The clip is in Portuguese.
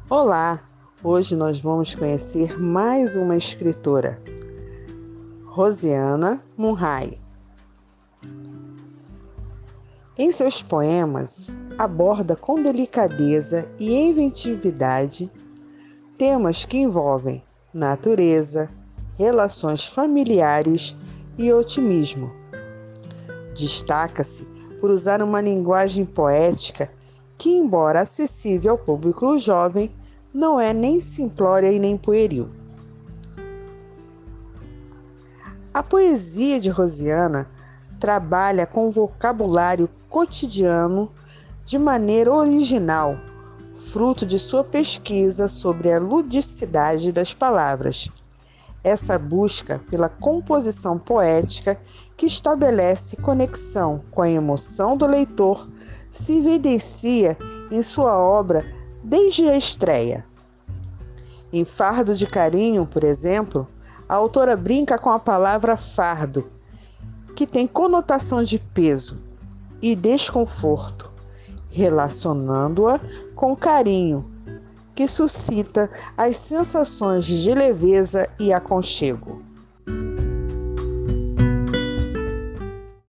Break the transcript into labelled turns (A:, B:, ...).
A: Olá! Hoje nós vamos conhecer mais uma escritora, Rosiana Munhai. Em seus poemas, aborda com delicadeza e inventividade temas que envolvem natureza, relações familiares e otimismo. Destaca-se por usar uma linguagem poética que, embora acessível ao público jovem, não é nem simplória e nem pueril. A poesia de Rosiana trabalha com o vocabulário cotidiano de maneira original, fruto de sua pesquisa sobre a ludicidade das palavras. Essa busca pela composição poética que estabelece conexão com a emoção do leitor se evidencia em sua obra desde a estreia. Em Fardo de Carinho, por exemplo, a autora brinca com a palavra fardo, que tem conotação de peso e desconforto, relacionando-a com carinho, que suscita as sensações de leveza e aconchego.